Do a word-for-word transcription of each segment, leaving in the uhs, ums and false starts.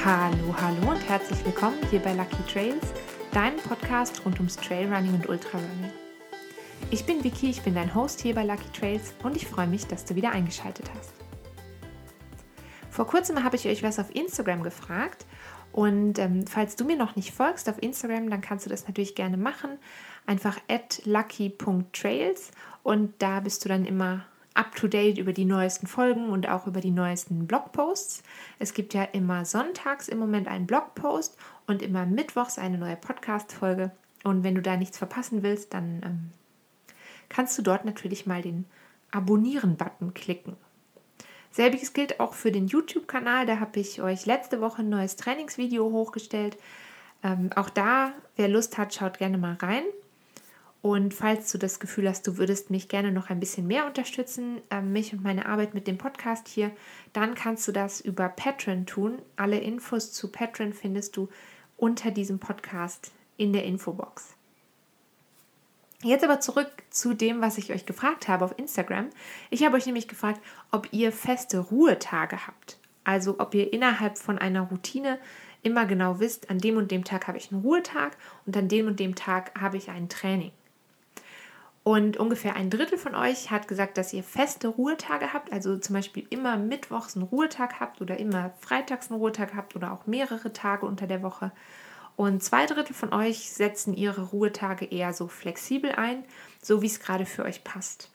Hallo, hallo und herzlich willkommen hier bei Lucky Trails, deinem Podcast rund ums Trailrunning und Ultrarunning. Ich bin Vicky, ich bin dein Host hier bei Lucky Trails und ich freue mich, dass du wieder eingeschaltet hast. Vor kurzem habe ich euch was auf Instagram gefragt und ähm, falls du mir noch nicht folgst auf Instagram, dann kannst du das natürlich gerne machen. Einfach at lucky punkt trails und da bist du dann immer up to date über die neuesten Folgen und auch über die neuesten Blogposts. Es gibt ja immer sonntags im Moment einen Blogpost und immer mittwochs eine neue Podcast-Folge. Und wenn du da nichts verpassen willst, dann ähm, kannst du dort natürlich mal den Abonnieren-Button klicken. Selbiges gilt auch für den YouTube-Kanal. Da habe ich euch letzte Woche ein neues Trainingsvideo hochgestellt. Ähm, auch da, wer Lust hat, schaut gerne mal rein. Und falls du das Gefühl hast, du würdest mich gerne noch ein bisschen mehr unterstützen, äh, mich und meine Arbeit mit dem Podcast hier, dann kannst du das über Patreon tun. Alle Infos zu Patreon findest du unter diesem Podcast in der Infobox. Jetzt aber zurück zu dem, was ich euch gefragt habe auf Instagram. Ich habe euch nämlich gefragt, ob ihr feste Ruhetage habt. Also ob ihr innerhalb von einer Routine immer genau wisst, an dem und dem Tag habe ich einen Ruhetag und an dem und dem Tag habe ich ein Training. Und ungefähr ein Drittel von euch hat gesagt, dass ihr feste Ruhetage habt, also zum Beispiel immer mittwochs einen Ruhetag habt oder immer freitags einen Ruhetag habt oder auch mehrere Tage unter der Woche. Und zwei Drittel von euch setzen ihre Ruhetage eher so flexibel ein, so wie es gerade für euch passt.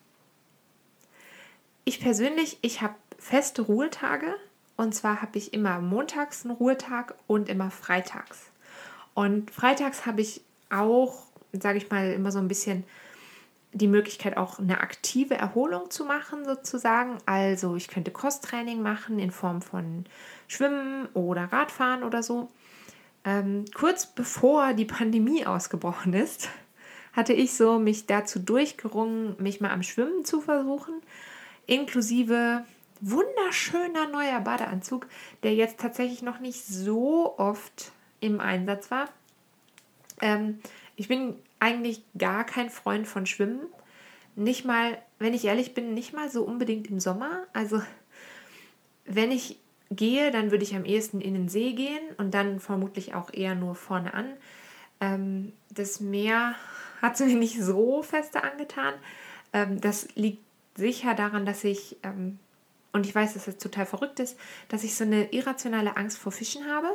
Ich persönlich, ich habe feste Ruhetage und zwar habe ich immer montags einen Ruhetag und immer freitags. Und freitags habe ich auch, sage ich mal, immer so ein bisschen die Möglichkeit, auch eine aktive Erholung zu machen sozusagen. Also ich könnte Crosstraining machen in Form von Schwimmen oder Radfahren oder so. Ähm, kurz bevor die Pandemie ausgebrochen ist, hatte ich so mich dazu durchgerungen, mich mal am Schwimmen zu versuchen, inklusive wunderschöner neuer Badeanzug, der jetzt tatsächlich noch nicht so oft im Einsatz war. Ähm, ich bin eigentlich gar kein Freund von Schwimmen. Nicht mal, wenn ich ehrlich bin, nicht mal so unbedingt im Sommer. Also wenn ich gehe, dann würde ich am ehesten in den See gehen und dann vermutlich auch eher nur vorne an. Ähm, das Meer hat es mir nicht so feste angetan. Ähm, das liegt sicher daran, dass ich, ähm, und ich weiß, dass das total verrückt ist, dass ich so eine irrationale Angst vor Fischen habe,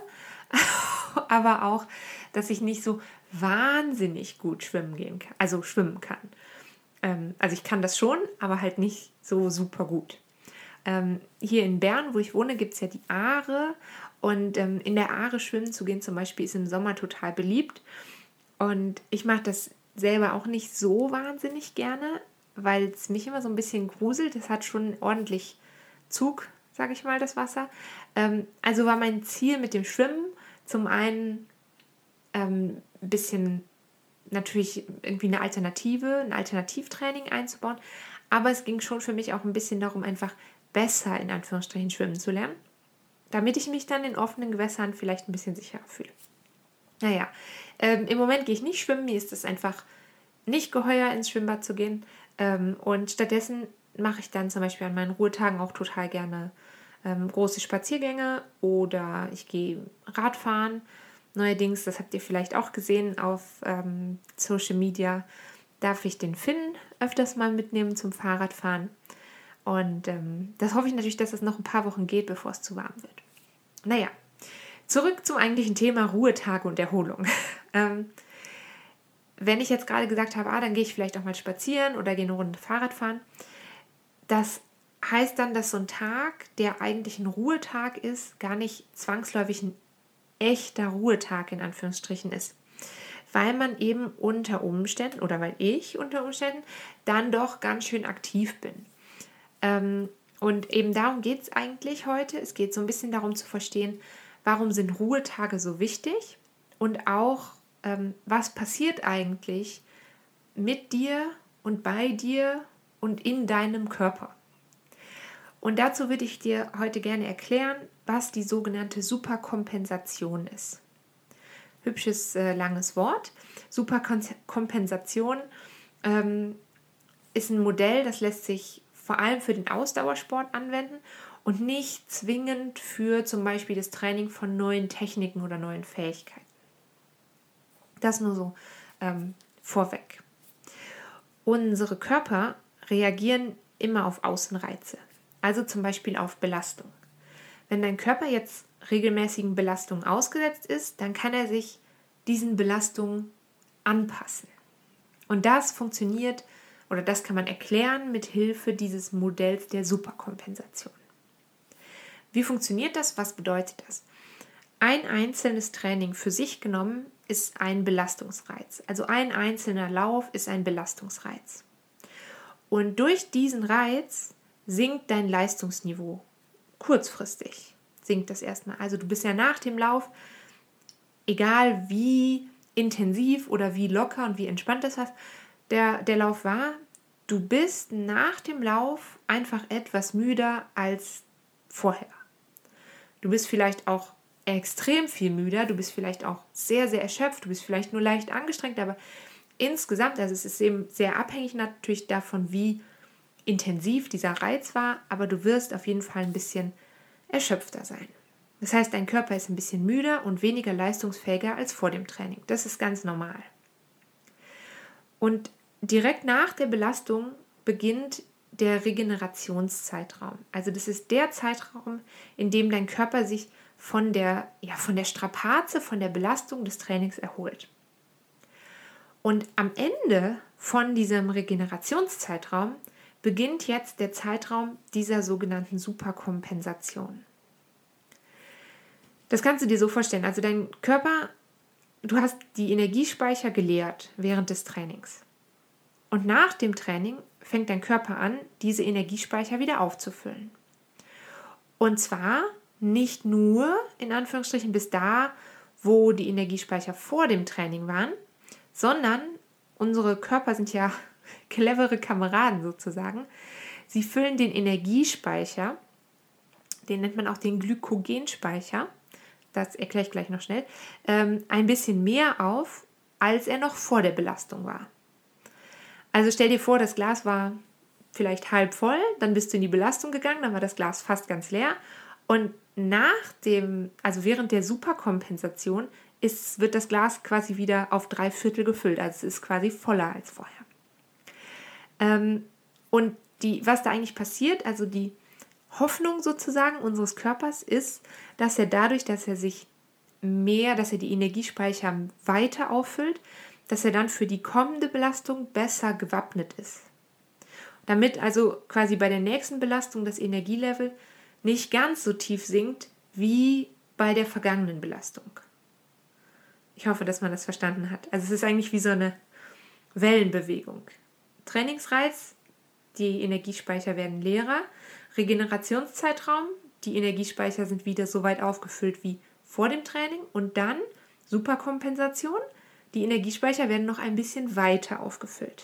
aber auch, dass ich nicht so wahnsinnig gut schwimmen gehen kann, also schwimmen kann. Ähm, also ich kann das schon, aber halt nicht so super gut. Ähm, hier in Bern, wo ich wohne, gibt es ja die Aare und ähm, in der Aare schwimmen zu gehen zum Beispiel ist im Sommer total beliebt und ich mache das selber auch nicht so wahnsinnig gerne, weil es mich immer so ein bisschen gruselt. Es hat schon ordentlich Zug, sage ich mal, das Wasser. Ähm, also war mein Ziel mit dem Schwimmen zum einen ähm, ein bisschen natürlich irgendwie eine Alternative, ein Alternativtraining einzubauen, aber es ging schon für mich auch ein bisschen darum, einfach besser in Anführungsstrichen schwimmen zu lernen, damit ich mich dann in offenen Gewässern vielleicht ein bisschen sicherer fühle. Naja, ähm, im Moment gehe ich nicht schwimmen, mir ist es einfach nicht geheuer, ins Schwimmbad zu gehen ähm, und stattdessen mache ich dann zum Beispiel an meinen Ruhetagen auch total gerne ähm, große Spaziergänge oder ich gehe Radfahren. Neuerdings, das habt ihr vielleicht auch gesehen auf ähm, Social Media, darf ich den Finn öfters mal mitnehmen zum Fahrradfahren. Und ähm, das hoffe ich natürlich, dass es noch ein paar Wochen geht, bevor es zu warm wird. Naja, zurück zum eigentlichen Thema Ruhetage und Erholung. ähm, wenn ich jetzt gerade gesagt habe, ah, dann gehe ich vielleicht auch mal spazieren oder gehe eine Runde Fahrrad fahren, das heißt dann, dass so ein Tag, der eigentlich ein Ruhetag ist, gar nicht zwangsläufig ein echter Ruhetag in Anführungsstrichen ist. Weil man eben unter Umständen, oder weil ich unter Umständen, dann doch ganz schön aktiv bin. Ähm, und eben darum geht es eigentlich heute. Es geht so ein bisschen darum zu verstehen, warum sind Ruhetage so wichtig und auch, ähm, was passiert eigentlich mit dir und bei dir und in deinem Körper. Und dazu würde ich dir heute gerne erklären, was die sogenannte Superkompensation ist. Hübsches, äh, langes Wort. Superkompensation ähm, ist ein Modell, das lässt sich vor allem für den Ausdauersport anwenden und nicht zwingend für zum Beispiel das Training von neuen Techniken oder neuen Fähigkeiten. Das nur so ähm, vorweg. Unsere Körper reagieren immer auf Außenreize, also zum Beispiel auf Belastung. Wenn dein Körper jetzt regelmäßigen Belastungen ausgesetzt ist, dann kann er sich diesen Belastungen anpassen. Und das funktioniert oder das kann man erklären mit Hilfe dieses Modells der Superkompensation. Wie funktioniert das? Was bedeutet das? Ein einzelnes Training für sich genommen ist ein Belastungsreiz. Also ein einzelner Lauf ist ein Belastungsreiz. Und durch diesen Reiz sinkt dein Leistungsniveau. Kurzfristig sinkt das erstmal. Also du bist ja nach dem Lauf, egal wie intensiv oder wie locker und wie entspannt das war, der, der Lauf war, du bist nach dem Lauf einfach etwas müder als vorher. Du bist vielleicht auch extrem viel müder, du bist vielleicht auch sehr, sehr erschöpft, du bist vielleicht nur leicht angestrengt, aber insgesamt, also es ist eben sehr abhängig natürlich davon, wie intensiv dieser Reiz war, aber du wirst auf jeden Fall ein bisschen erschöpfter sein. Das heißt, dein Körper ist ein bisschen müder und weniger leistungsfähiger als vor dem Training. Das ist ganz normal. Und direkt nach der Belastung beginnt der Regenerationszeitraum. Also das ist der Zeitraum, in dem dein Körper sich von der, ja, von der Strapaze, von der Belastung des Trainings erholt. Und am Ende von diesem Regenerationszeitraum beginnt jetzt der Zeitraum dieser sogenannten Superkompensation. Das kannst du dir so vorstellen. Also dein Körper, du hast die Energiespeicher geleert während des Trainings. Und nach dem Training fängt dein Körper an, diese Energiespeicher wieder aufzufüllen. Und zwar nicht nur, in Anführungsstrichen, bis da, wo die Energiespeicher vor dem Training waren, sondern unsere Körper sind ja clevere Kameraden sozusagen. Sie füllen den Energiespeicher, den nennt man auch den Glykogenspeicher, das erkläre ich gleich noch schnell, ähm, ein bisschen mehr auf, als er noch vor der Belastung war. Also stell dir vor, das Glas war vielleicht halb voll, dann bist du in die Belastung gegangen, dann war das Glas fast ganz leer und nach dem, also während der Superkompensation ist, wird das Glas quasi wieder auf drei Viertel gefüllt, also es ist quasi voller als vorher. Ähm, und die, was da eigentlich passiert, also die Hoffnung sozusagen unseres Körpers ist, dass er dadurch, dass er sich mehr, dass er die Energiespeicher weiter auffüllt, dass er dann für die kommende Belastung besser gewappnet ist. Damit also quasi bei der nächsten Belastung das Energielevel nicht ganz so tief sinkt wie bei der vergangenen Belastung. Ich hoffe, dass man das verstanden hat. Also es ist eigentlich wie so eine Wellenbewegung. Trainingsreiz, die Energiespeicher werden leerer. Regenerationszeitraum, die Energiespeicher sind wieder so weit aufgefüllt wie vor dem Training. Und dann Superkompensation, die Energiespeicher werden noch ein bisschen weiter aufgefüllt.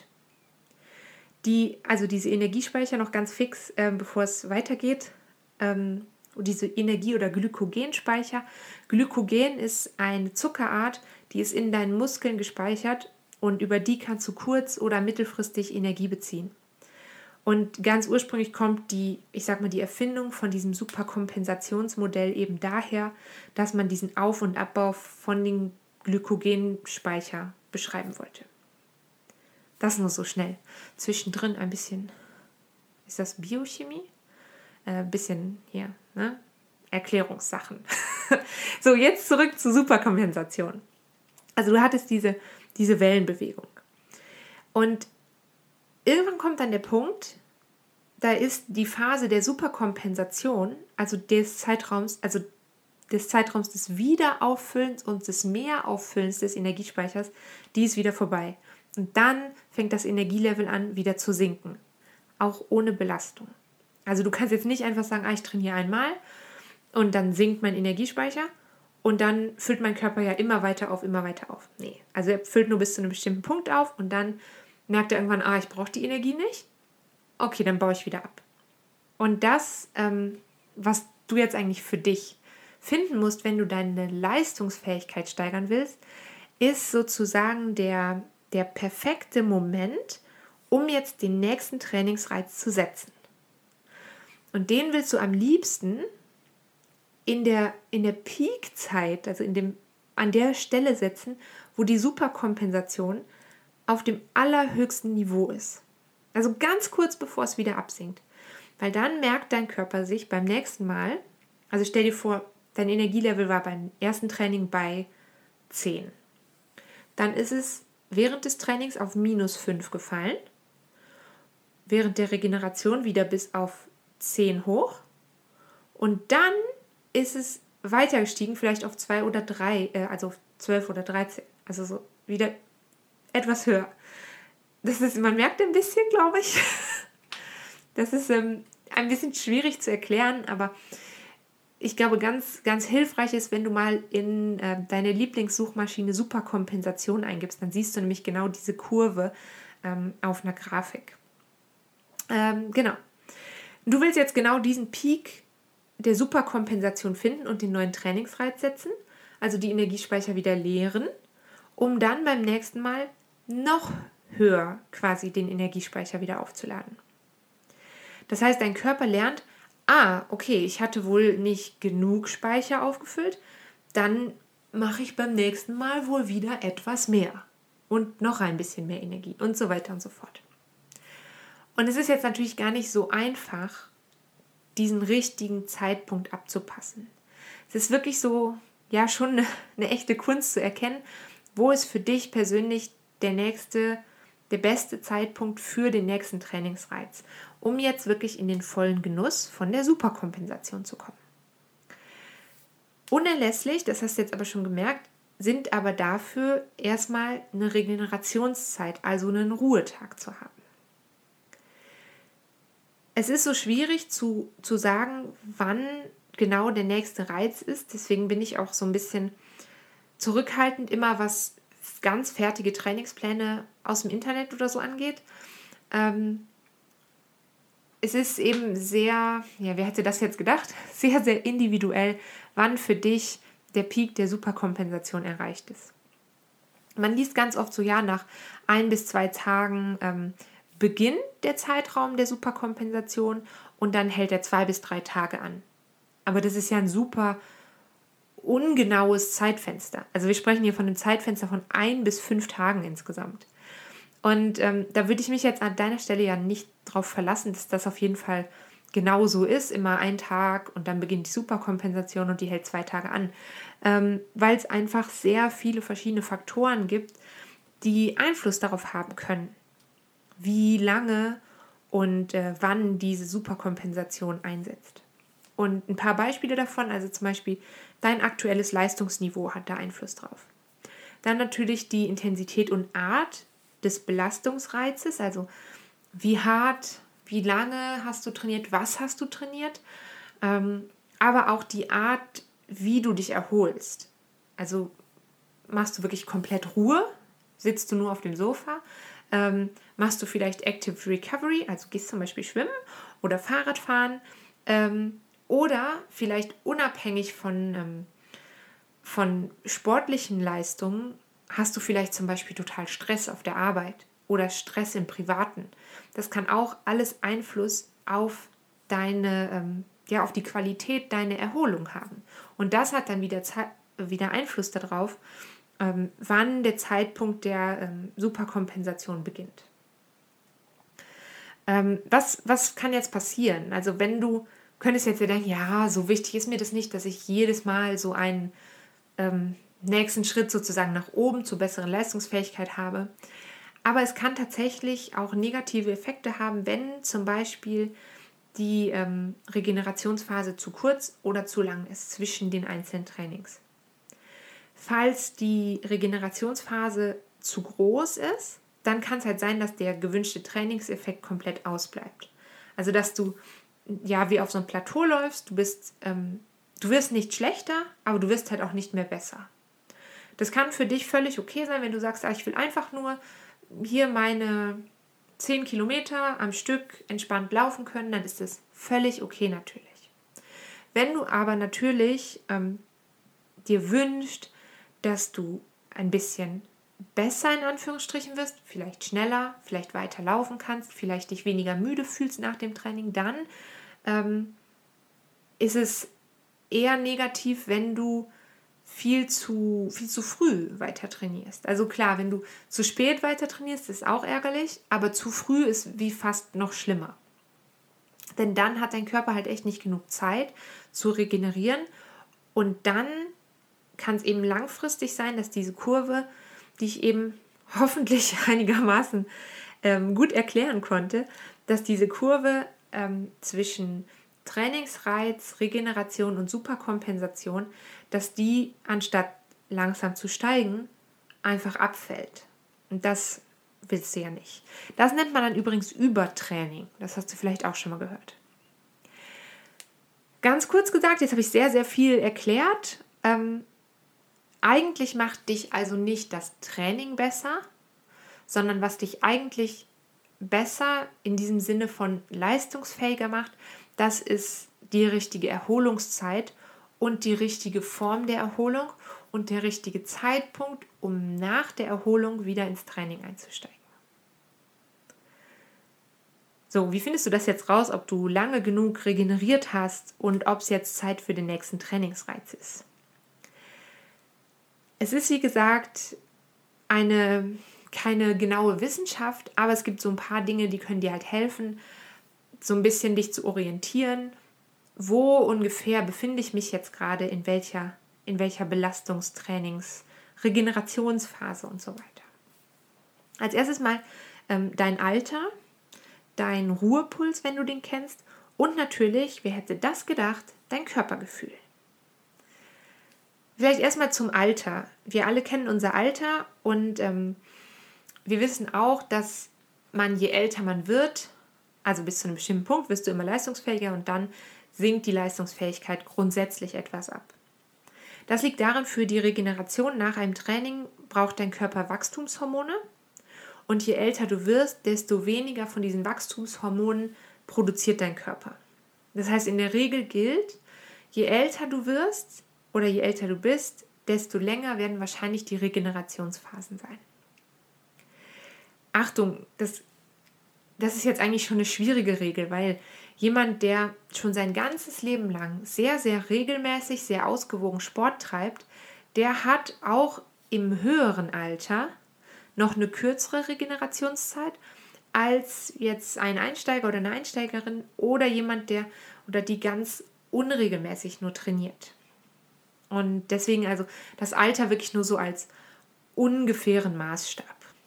Die, also diese Energiespeicher noch ganz fix, äh, bevor es weitergeht, ähm, diese Energie- oder Glykogenspeicher. Glykogen ist eine Zuckerart, die ist in deinen Muskeln gespeichert und über die kannst du kurz- oder mittelfristig Energie beziehen. Und ganz ursprünglich kommt die, ich sag mal, die Erfindung von diesem Superkompensationsmodell eben daher, dass man diesen Auf- und Abbau von den Glykogenspeicher beschreiben wollte. Das nur so schnell. Zwischendrin ein bisschen, ist das Biochemie? Ein äh, bisschen hier, ne? Erklärungssachen. So, jetzt zurück zur Superkompensation. Also du hattest diese, diese Wellenbewegung. Und irgendwann kommt dann der Punkt, da ist die Phase der Superkompensation, also des Zeitraums, also des Zeitraums des Wiederauffüllens und des Mehrauffüllens des Energiespeichers, die ist wieder vorbei. Und dann fängt das Energielevel an, wieder zu sinken, auch ohne Belastung. Also du kannst jetzt nicht einfach sagen, ah, ich trainiere einmal und dann sinkt mein Energiespeicher und dann füllt mein Körper ja immer weiter auf, immer weiter auf. Nee, also er füllt nur bis zu einem bestimmten Punkt auf und dann merkt er irgendwann, ah, ich brauche die Energie nicht. Okay, dann baue ich wieder ab. Und das, ähm, was du jetzt eigentlich für dich finden musst, wenn du deine Leistungsfähigkeit steigern willst, ist sozusagen der, der perfekte Moment, um jetzt den nächsten Trainingsreiz zu setzen. Und den willst du am liebsten in der, in der Peak-Zeit, also in dem, an der Stelle setzen, wo die Superkompensation auf dem allerhöchsten Niveau ist. Also ganz kurz bevor es wieder absinkt. Weil dann merkt dein Körper sich beim nächsten Mal, also stell dir vor, dein Energielevel war beim ersten Training bei zehn. Dann ist es während des Trainings auf minus fünf gefallen, während der Regeneration wieder bis auf zehn hoch und dann ist es weiter gestiegen, vielleicht auf zwei oder drei, äh, also auf zwölf oder dreizehn, also so wieder etwas höher. Das ist, man merkt ein bisschen, glaube ich, das ist ähm, ein bisschen schwierig zu erklären, aber ich glaube, ganz, ganz hilfreich ist, wenn du mal in äh, deine Lieblingssuchmaschine Superkompensation eingibst, dann siehst du nämlich genau diese Kurve ähm, auf einer Grafik. Ähm, genau. Du willst jetzt genau diesen Peak der Superkompensation finden und den neuen Trainingsreiz setzen, also die Energiespeicher wieder leeren, um dann beim nächsten Mal noch höher quasi den Energiespeicher wieder aufzuladen. Das heißt, dein Körper lernt, ah, okay, ich hatte wohl nicht genug Speicher aufgefüllt, dann mache ich beim nächsten Mal wohl wieder etwas mehr und noch ein bisschen mehr Energie und so weiter und so fort. Und es ist jetzt natürlich gar nicht so einfach, diesen richtigen Zeitpunkt abzupassen. Es ist wirklich so, ja, schon eine, eine echte Kunst zu erkennen, wo ist für dich persönlich der nächste, der beste Zeitpunkt für den nächsten Trainingsreiz, um jetzt wirklich in den vollen Genuss von der Superkompensation zu kommen. Unerlässlich, das hast du jetzt aber schon gemerkt, sind aber dafür erstmal eine Regenerationszeit, also einen Ruhetag zu haben. Es ist so schwierig zu, zu sagen, wann genau der nächste Reiz ist. Deswegen bin ich auch so ein bisschen zurückhaltend, immer was ganz fertige Trainingspläne aus dem Internet oder so angeht. Ähm, es ist eben sehr, ja, wer hätte das jetzt gedacht? Sehr, sehr individuell, wann für dich der Peak der Superkompensation erreicht ist. Man liest ganz oft so, ja, nach ein bis zwei Tagen ähm, beginnt der Zeitraum der Superkompensation und dann hält er zwei bis drei Tage an. Aber das ist ja ein super ungenaues Zeitfenster. Also wir sprechen hier von einem Zeitfenster von ein bis fünf Tagen insgesamt. Und ähm, da würde ich mich jetzt an deiner Stelle ja nicht darauf verlassen, dass das auf jeden Fall genau so ist, immer ein Tag und dann beginnt die Superkompensation und die hält zwei Tage an. Ähm, weil es einfach sehr viele verschiedene Faktoren gibt, die Einfluss darauf haben können, wie lange und äh, wann diese Superkompensation einsetzt. Und ein paar Beispiele davon, also zum Beispiel dein aktuelles Leistungsniveau hat da Einfluss drauf. Dann natürlich die Intensität und Art des Belastungsreizes, also wie hart, wie lange hast du trainiert, was hast du trainiert, ähm, aber auch die Art, wie du dich erholst. Also machst du wirklich komplett Ruhe, sitzt du nur auf dem Sofa, ähm, machst du vielleicht Active Recovery, also gehst zum Beispiel schwimmen oder Fahrradfahren, ähm, oder vielleicht unabhängig von, ähm, von sportlichen Leistungen hast du vielleicht zum Beispiel total Stress auf der Arbeit oder Stress im Privaten. Das kann auch alles Einfluss auf deine, ähm, ja, auf die Qualität deiner Erholung haben. Und das hat dann wieder, Ze- wieder Einfluss darauf, ähm, wann der Zeitpunkt der ähm, Superkompensation beginnt. Ähm, was, was kann jetzt passieren? Also wenn du könntest jetzt ja denken, ja, so wichtig ist mir das nicht, dass ich jedes Mal so einen ähm, nächsten Schritt sozusagen nach oben zur besseren Leistungsfähigkeit habe. Aber es kann tatsächlich auch negative Effekte haben, wenn zum Beispiel die ähm, Regenerationsphase zu kurz oder zu lang ist zwischen den einzelnen Trainings. Falls die Regenerationsphase zu groß ist, dann kann es halt sein, dass der gewünschte Trainingseffekt komplett ausbleibt. Also dass du ja wie auf so einem Plateau läufst, du bist, ähm, du wirst nicht schlechter, aber du wirst halt auch nicht mehr besser. Das kann für dich völlig okay sein, wenn du sagst, ah, ich will einfach nur hier meine zehn Kilometer am Stück entspannt laufen können, dann ist das völlig okay natürlich. Wenn du aber natürlich ähm, dir wünschst, dass du ein bisschen besser in Anführungsstrichen wirst, vielleicht schneller, vielleicht weiter laufen kannst, vielleicht dich weniger müde fühlst nach dem Training, dann ähm, ist es eher negativ, wenn du viel zu, viel zu früh weiter trainierst. Also klar, wenn du zu spät weiter trainierst, ist auch ärgerlich, aber zu früh ist wie fast noch schlimmer. Denn dann hat dein Körper halt echt nicht genug Zeit zu regenerieren und dann kann es eben langfristig sein, dass diese Kurve, die ich eben hoffentlich einigermaßen ähm, gut erklären konnte, dass diese Kurve ähm, zwischen Trainingsreiz, Regeneration und Superkompensation, dass die anstatt langsam zu steigen, einfach abfällt. Und das willst du ja nicht. Das nennt man dann übrigens Übertraining. Das hast du vielleicht auch schon mal gehört. Ganz kurz gesagt, jetzt habe ich sehr, sehr viel erklärt. Ähm, eigentlich macht dich also nicht das Training besser, sondern was dich eigentlich besser in diesem Sinne von leistungsfähiger macht, das ist die richtige Erholungszeit und die richtige Form der Erholung und der richtige Zeitpunkt, um nach der Erholung wieder ins Training einzusteigen. So, wie findest du das jetzt raus, ob du lange genug regeneriert hast und ob es jetzt Zeit für den nächsten Trainingsreiz ist? Es ist, wie gesagt, eine keine genaue Wissenschaft, aber es gibt so ein paar Dinge, die können dir halt helfen, so ein bisschen dich zu orientieren, wo ungefähr befinde ich mich jetzt gerade, in welcher, in welcher Belastungstrainings-, Regenerationsphase und so weiter. Als erstes mal ähm, dein Alter, dein Ruhepuls, wenn du den kennst, und natürlich, wer hätte das gedacht, dein Körpergefühl. Vielleicht erstmal zum Alter. Wir alle kennen unser Alter und ähm, wir wissen auch, dass man, je älter man wird, also bis zu einem bestimmten Punkt, wirst du immer leistungsfähiger und dann sinkt die Leistungsfähigkeit grundsätzlich etwas ab. Das liegt daran, für die Regeneration nach einem Training braucht dein Körper Wachstumshormone und je älter du wirst, desto weniger von diesen Wachstumshormonen produziert dein Körper. Das heißt, in der Regel gilt, je älter du wirst oder je älter du bist, desto länger werden wahrscheinlich die Regenerationsphasen sein. Achtung, das, das ist jetzt eigentlich schon eine schwierige Regel, weil jemand, der schon sein ganzes Leben lang sehr, sehr regelmäßig, sehr ausgewogen Sport treibt, der hat auch im höheren Alter noch eine kürzere Regenerationszeit als jetzt ein Einsteiger oder eine Einsteigerin oder jemand, der oder die ganz unregelmäßig nur trainiert. Und deswegen also das Alter wirklich nur so als ungefähren Maßstab.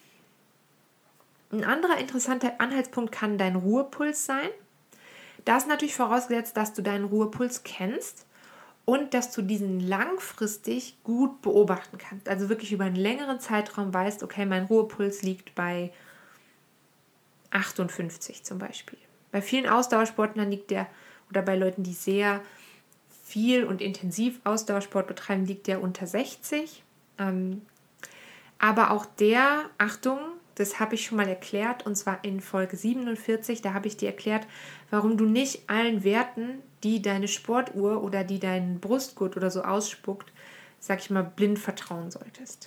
Ein anderer interessanter Anhaltspunkt kann dein Ruhepuls sein. Das ist natürlich vorausgesetzt, dass du deinen Ruhepuls kennst und dass du diesen langfristig gut beobachten kannst. Also wirklich über einen längeren Zeitraum weißt, okay, mein Ruhepuls liegt bei achtundfünfzig zum Beispiel. Bei vielen Ausdauersportlern liegt der, oder bei Leuten, die sehr viel und intensiv Ausdauersport betreiben, liegt der unter sechzig. Ähm, aber auch der, Achtung, das habe ich schon mal erklärt, und zwar in Folge siebenundvierzig, da habe ich dir erklärt, warum du nicht allen Werten, die deine Sportuhr oder die dein Brustgurt oder so ausspuckt, sag ich mal, blind vertrauen solltest.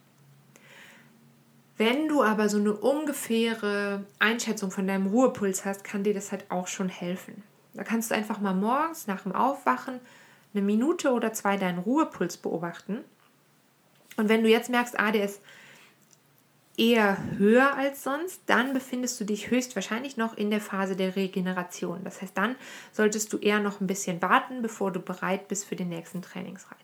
Wenn du aber so eine ungefähre Einschätzung von deinem Ruhepuls hast, kann dir das halt auch schon helfen. Da kannst du einfach mal morgens nach dem Aufwachen eine Minute oder zwei deinen Ruhepuls beobachten. Und wenn du jetzt merkst, ah, der ist eher höher als sonst, dann befindest du dich höchstwahrscheinlich noch in der Phase der Regeneration. Das heißt, dann solltest du eher noch ein bisschen warten, bevor du bereit bist für den nächsten Trainingsreiz.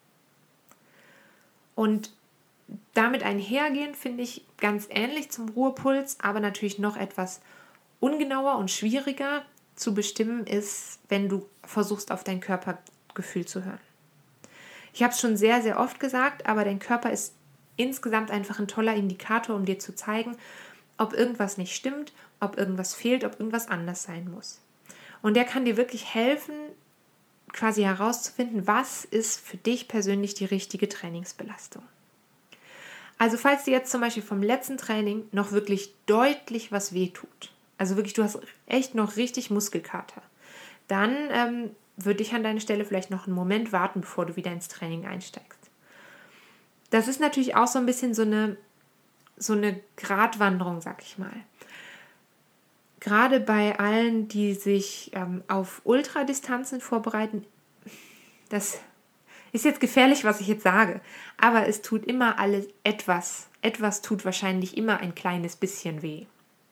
Und damit einhergehend finde ich ganz ähnlich zum Ruhepuls, aber natürlich noch etwas ungenauer und schwieriger zu bestimmen ist, wenn du versuchst, auf dein Körpergefühl zu hören. Ich habe es schon sehr, sehr oft gesagt, aber dein Körper ist insgesamt einfach ein toller Indikator, um dir zu zeigen, ob irgendwas nicht stimmt, ob irgendwas fehlt, ob irgendwas anders sein muss. Und der kann dir wirklich helfen, quasi herauszufinden, was ist für dich persönlich die richtige Trainingsbelastung. Also falls dir jetzt zum Beispiel vom letzten Training noch wirklich deutlich was wehtut, also wirklich du hast echt noch richtig Muskelkater, dann ähm, würde ich an deiner Stelle vielleicht noch einen Moment warten, bevor du wieder ins Training einsteigst. Das ist natürlich auch so ein bisschen so eine, so eine Gratwanderung, sag ich mal. gerade bei allen, die sich ähm, auf Ultradistanzen vorbereiten, das ist jetzt gefährlich, was ich jetzt sage, aber es tut immer alles etwas. Etwas tut wahrscheinlich immer ein kleines bisschen weh.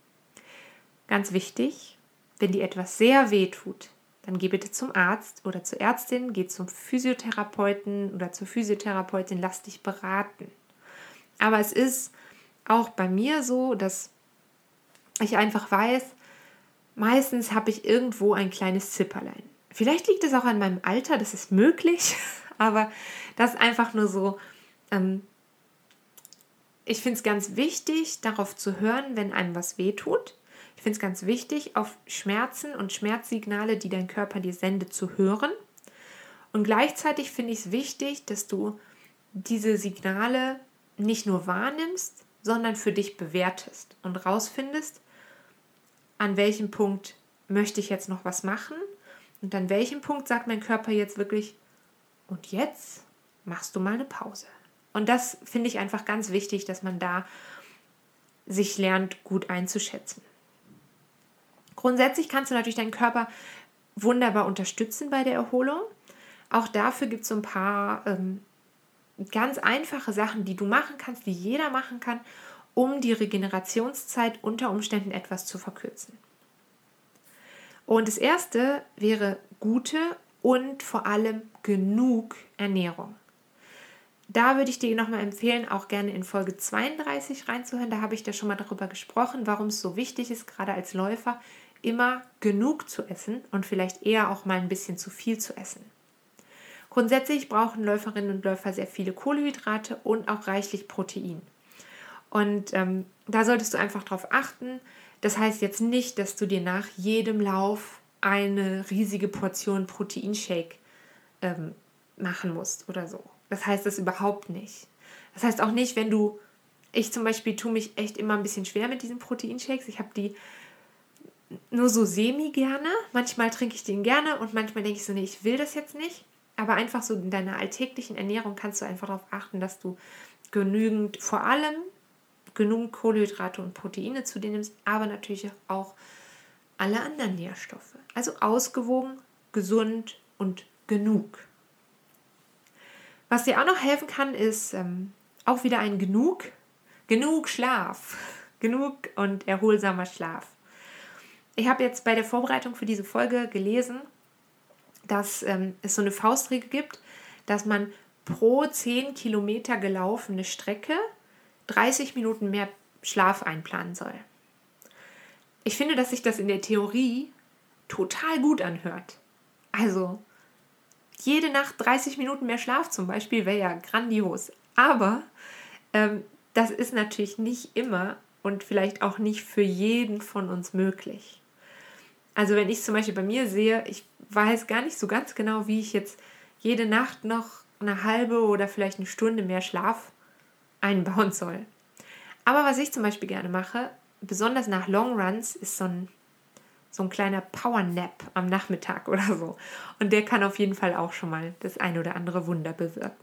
Ganz wichtig, wenn dir etwas sehr weh tut, dann geh bitte zum Arzt oder zur Ärztin, geh zum Physiotherapeuten oder zur Physiotherapeutin, lass dich beraten. Aber es ist auch bei mir so, dass ich einfach weiß, meistens habe ich irgendwo ein kleines Zipperlein. Vielleicht liegt es auch an meinem Alter, das ist möglich, aber das ist einfach nur so, ähm, ich finde es ganz wichtig, darauf zu hören, wenn einem was wehtut. Ich finde es ganz wichtig, auf Schmerzen und Schmerzsignale, die dein Körper dir sendet, zu hören. Und gleichzeitig finde ich es wichtig, dass du diese Signale nicht nur wahrnimmst, sondern für dich bewertest und rausfindest, an welchem Punkt möchte ich jetzt noch was machen und an welchem Punkt sagt mein Körper jetzt wirklich, und jetzt machst du mal eine Pause. Und das finde ich einfach ganz wichtig, dass man da sich lernt, gut einzuschätzen. Grundsätzlich kannst du natürlich deinen Körper wunderbar unterstützen bei der Erholung. Auch dafür gibt es so ein paar ähm, ganz einfache Sachen, die du machen kannst, die jeder machen kann, um die Regenerationszeit unter Umständen etwas zu verkürzen. Und das erste wäre gute und vor allem genug Ernährung. Da würde ich dir nochmal empfehlen, auch gerne in Folge zweiunddreißig reinzuhören. Da habe ich da schon mal darüber gesprochen, warum es so wichtig ist, gerade als Läufer, immer genug zu essen und vielleicht eher auch mal ein bisschen zu viel zu essen. Grundsätzlich brauchen Läuferinnen und Läufer sehr viele Kohlenhydrate und auch reichlich Protein. Und ähm, da solltest du einfach drauf achten. Das heißt jetzt nicht, dass du dir nach jedem Lauf eine riesige Portion Proteinshake ähm, machen musst oder so. Das heißt das überhaupt nicht. Das heißt auch nicht, wenn du, ich zum Beispiel tue mich echt immer ein bisschen schwer mit diesen Proteinshakes. Ich habe die nur so semi gerne. Manchmal trinke ich den gerne und manchmal denke ich so, nee, ich will das jetzt nicht. Aber einfach so in deiner alltäglichen Ernährung kannst du einfach darauf achten, dass du genügend, vor allem genügend Kohlenhydrate und Proteine zu dir nimmst, aber natürlich auch alle anderen Nährstoffe. Also ausgewogen, gesund und genug. Was dir auch noch helfen kann, ist ähm, auch wieder ein genug, genug Schlaf, genug und erholsamer Schlaf. Ich habe jetzt bei der Vorbereitung für diese Folge gelesen, dass ähm, es so eine Faustregel gibt, dass man pro zehn Kilometer gelaufene Strecke dreißig Minuten mehr Schlaf einplanen soll. Ich finde, dass sich das in der Theorie total gut anhört. Also jede Nacht dreißig Minuten mehr Schlaf zum Beispiel wäre ja grandios. Aber ähm, das ist natürlich nicht immer und vielleicht auch nicht für jeden von uns möglich. Also wenn ich zum Beispiel bei mir sehe, ich weiß gar nicht so ganz genau, wie ich jetzt jede Nacht noch eine halbe oder vielleicht eine Stunde mehr Schlaf einbauen soll. Aber was ich zum Beispiel gerne mache, besonders nach Long Runs, ist so ein, so ein kleiner Power-Nap am Nachmittag oder so. Und der kann auf jeden Fall auch schon mal das ein oder andere Wunder bewirken.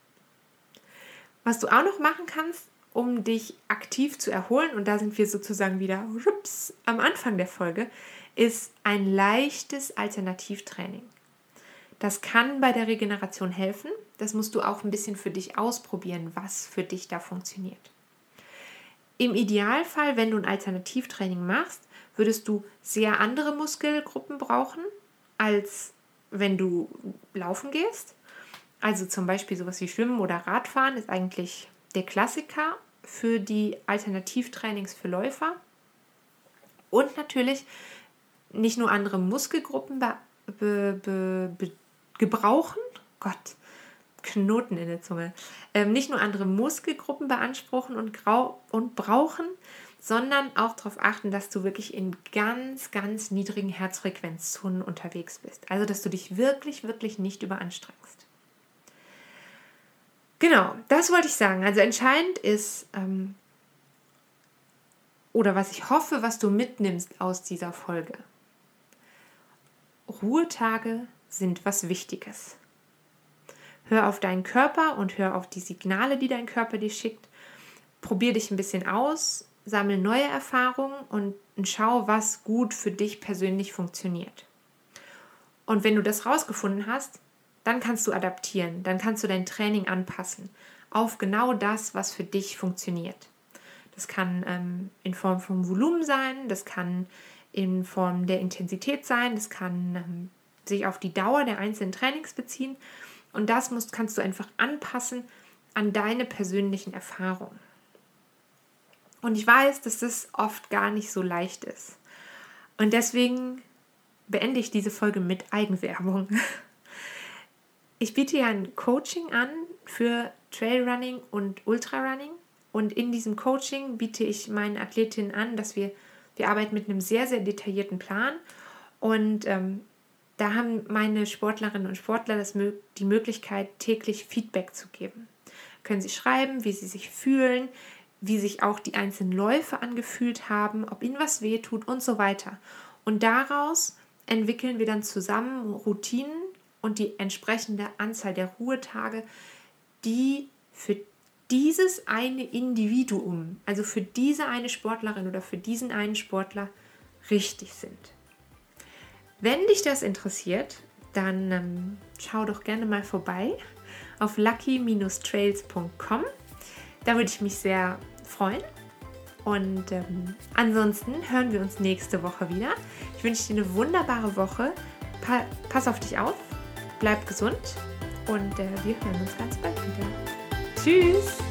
Was du auch noch machen kannst, um dich aktiv zu erholen, und da sind wir sozusagen wieder rups, am Anfang der Folge, ist ein leichtes Alternativtraining. Das kann bei der Regeneration helfen. Das musst du auch ein bisschen für dich ausprobieren, was für dich da funktioniert. Im Idealfall, wenn du ein Alternativtraining machst, würdest du sehr andere Muskelgruppen brauchen, als wenn du laufen gehst. Also zum Beispiel sowas wie Schwimmen oder Radfahren ist eigentlich der Klassiker für die Alternativtrainings für Läufer. Und natürlich nicht nur andere Muskelgruppen be- be- be- be- gebrauchen, Gott, Knoten in der Zunge, ähm, nicht nur andere Muskelgruppen beanspruchen und, grau- und brauchen, sondern auch darauf achten, dass du wirklich in ganz, ganz niedrigen Herzfrequenzzonen unterwegs bist. Also, dass du dich wirklich, wirklich nicht überanstrengst. Genau, das wollte ich sagen. Also entscheidend ist, ähm, oder was ich hoffe, was du mitnimmst aus dieser Folge. Ruhetage sind was Wichtiges. Hör auf deinen Körper und hör auf die Signale, die dein Körper dir schickt. Probier dich ein bisschen aus sammle neue Erfahrungen und schau, was gut für dich persönlich funktioniert. Und wenn du das rausgefunden hast, dann kannst du adaptieren, dann kannst du dein Training anpassen auf genau das, was für dich funktioniert. Das kann ähm, in Form von Volumen sein, das kann in Form der Intensität sein, das kann ähm, sich auf die Dauer der einzelnen Trainings beziehen und das musst, kannst du einfach anpassen an deine persönlichen Erfahrungen. Und ich weiß, dass das oft gar nicht so leicht ist. Und deswegen beende ich diese Folge mit Eigenwerbung. Ich biete ja ein Coaching an für Trailrunning und Ultrarunning. Und in diesem Coaching biete ich meinen Athletinnen an, dass wir, wir arbeiten mit einem sehr, sehr detaillierten Plan. Und ähm, da haben meine Sportlerinnen und Sportler das, die Möglichkeit, täglich Feedback zu geben. Können sie schreiben, wie sie sich fühlen, wie sich auch die einzelnen Läufe angefühlt haben, ob ihnen was wehtut und so weiter. Und daraus entwickeln wir dann zusammen Routinen und die entsprechende Anzahl der Ruhetage, die für dieses eine Individuum, also für diese eine Sportlerin oder für diesen einen Sportler richtig sind. Wenn dich das interessiert, dann ähm, schau doch gerne mal vorbei auf lucky Bindestrich trails Punkt com. Da würde ich mich sehr freuen. Und ähm, ansonsten hören wir uns nächste Woche wieder. Ich wünsche dir eine wunderbare Woche. Pa- pass auf dich auf, bleib gesund und äh, wir hören uns ganz bald wieder. Tschüss!